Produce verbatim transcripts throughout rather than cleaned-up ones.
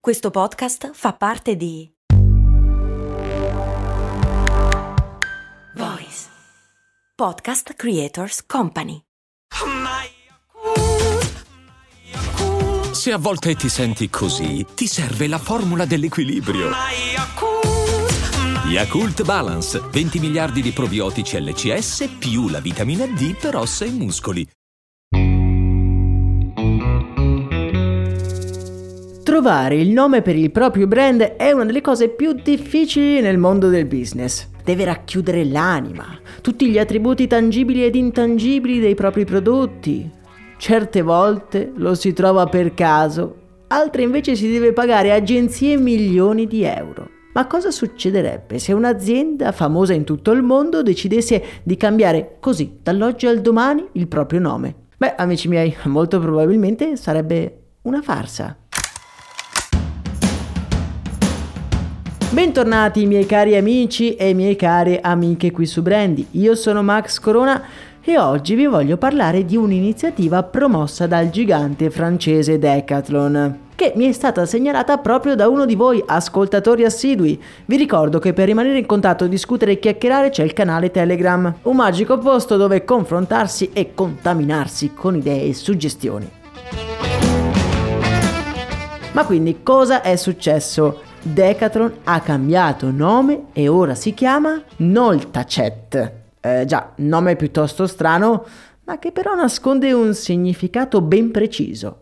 Questo podcast fa parte di Voice Podcast Creators Company. Se a volte ti senti così, ti serve la formula dell'equilibrio. Yakult Balance, venti miliardi di probiotici L C S più la vitamina D per ossa e muscoli. Trovare il nome per il proprio brand è una delle cose più difficili nel mondo del business. Deve racchiudere l'anima, tutti gli attributi tangibili ed intangibili dei propri prodotti. Certe volte lo si trova per caso, altre invece si deve pagare a agenzie milioni di euro. Ma cosa succederebbe se un'azienda famosa in tutto il mondo decidesse di cambiare così, dall'oggi al domani, il proprio nome? Beh, amici miei, molto probabilmente sarebbe una farsa. Bentornati miei cari amici e miei care amiche qui su Brandy, io sono Max Corona e oggi vi voglio parlare di un'iniziativa promossa dal gigante francese Decathlon, che mi è stata segnalata proprio da uno di voi ascoltatori assidui. Vi ricordo che per rimanere in contatto, discutere e chiacchierare c'è il canale Telegram, un magico posto dove confrontarsi e contaminarsi con idee e suggestioni. Ma quindi cosa è successo? Decathlon ha cambiato nome e ora si chiama Noltacet. Eh, già, nome piuttosto strano, ma che però nasconde un significato ben preciso.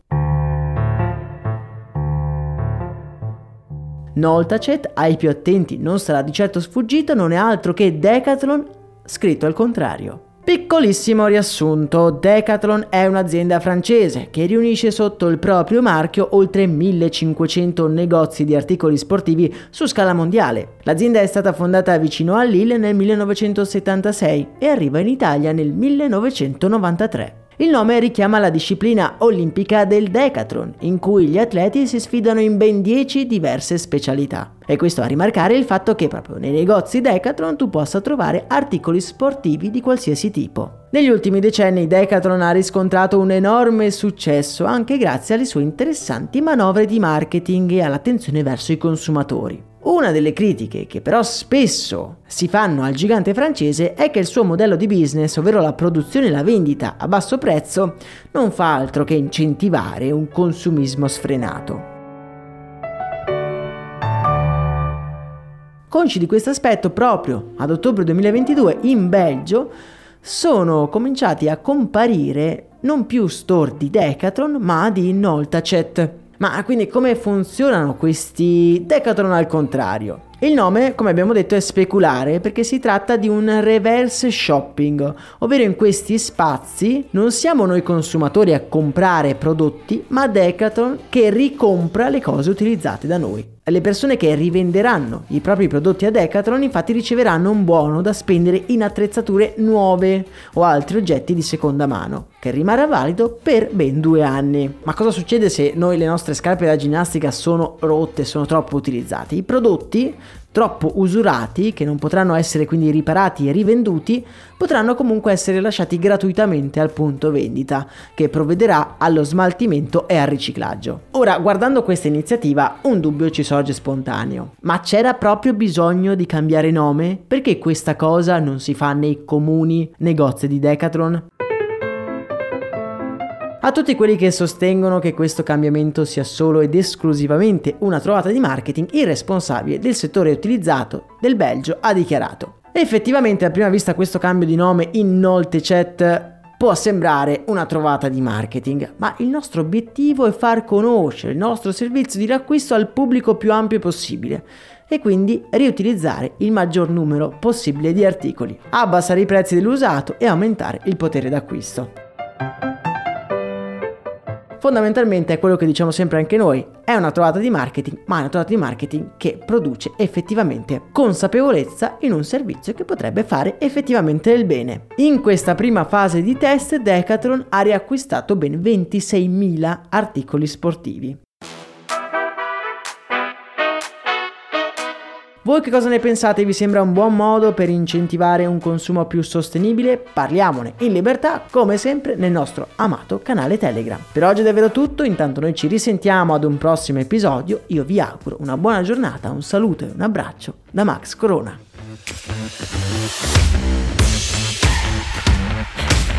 Noltacet, ai più attenti non sarà di certo sfuggito, non è altro che Decathlon scritto al contrario. Piccolissimo riassunto, Decathlon è un'azienda francese che riunisce sotto il proprio marchio oltre millecinquecento negozi di articoli sportivi su scala mondiale. L'azienda è stata fondata vicino a Lille nel millenovecentosettantasei e arriva in Italia nel millenovecentonovantatré. Il nome richiama la disciplina olimpica del decathlon, in cui gli atleti si sfidano in ben dieci diverse specialità. E questo a rimarcare il fatto che proprio nei negozi Decathlon tu possa trovare articoli sportivi di qualsiasi tipo. Negli ultimi decenni Decathlon ha riscontrato un enorme successo anche grazie alle sue interessanti manovre di marketing e all'attenzione verso i consumatori. Una delle critiche che però spesso si fanno al gigante francese è che il suo modello di business, ovvero la produzione e la vendita a basso prezzo, non fa altro che incentivare un consumismo sfrenato. Consci di questo aspetto, proprio ad ottobre duemilaventidue in Belgio sono cominciati a comparire non più store di Decathlon ma di Noltacet. Ma quindi come funzionano questi Decathlon al contrario? Il nome, come abbiamo detto, è speculare perché si tratta di un reverse shopping, ovvero in questi spazi non siamo noi consumatori a comprare prodotti, ma Decathlon che ricompra le cose utilizzate da noi. Le persone che rivenderanno i propri prodotti a Decathlon infatti riceveranno un buono da spendere in attrezzature nuove o altri oggetti di seconda mano, che rimarrà valido per ben due anni. Ma cosa succede se noi le nostre scarpe da ginnastica sono rotte, sono troppo utilizzate? I prodotti troppo usurati, che non potranno essere quindi riparati e rivenduti, potranno comunque essere lasciati gratuitamente al punto vendita, che provvederà allo smaltimento e al riciclaggio. Ora, guardando questa iniziativa, un dubbio ci sorge spontaneo. Ma c'era proprio bisogno di cambiare nome? Perché questa cosa non si fa nei comuni negozi di Decathlon? A tutti quelli che sostengono che questo cambiamento sia solo ed esclusivamente una trovata di marketing, il responsabile del settore utilizzato del Belgio ha dichiarato: effettivamente a prima vista questo cambio di nome in Noltacet può sembrare una trovata di marketing, ma il nostro obiettivo è far conoscere il nostro servizio di riacquisto al pubblico più ampio possibile e quindi riutilizzare il maggior numero possibile di articoli, abbassare i prezzi dell'usato e aumentare il potere d'acquisto. Fondamentalmente è quello che diciamo sempre anche noi, è una trovata di marketing, ma è una trovata di marketing che produce effettivamente consapevolezza in un servizio che potrebbe fare effettivamente del bene. In questa prima fase di test Decathlon ha riacquistato ben ventiseimila articoli sportivi. Voi che cosa ne pensate? Vi sembra un buon modo per incentivare un consumo più sostenibile? Parliamone in libertà, come sempre, nel nostro amato canale Telegram. Per oggi è davvero tutto, intanto noi ci risentiamo ad un prossimo episodio. Io vi auguro una buona giornata, un saluto e un abbraccio da Max Corona.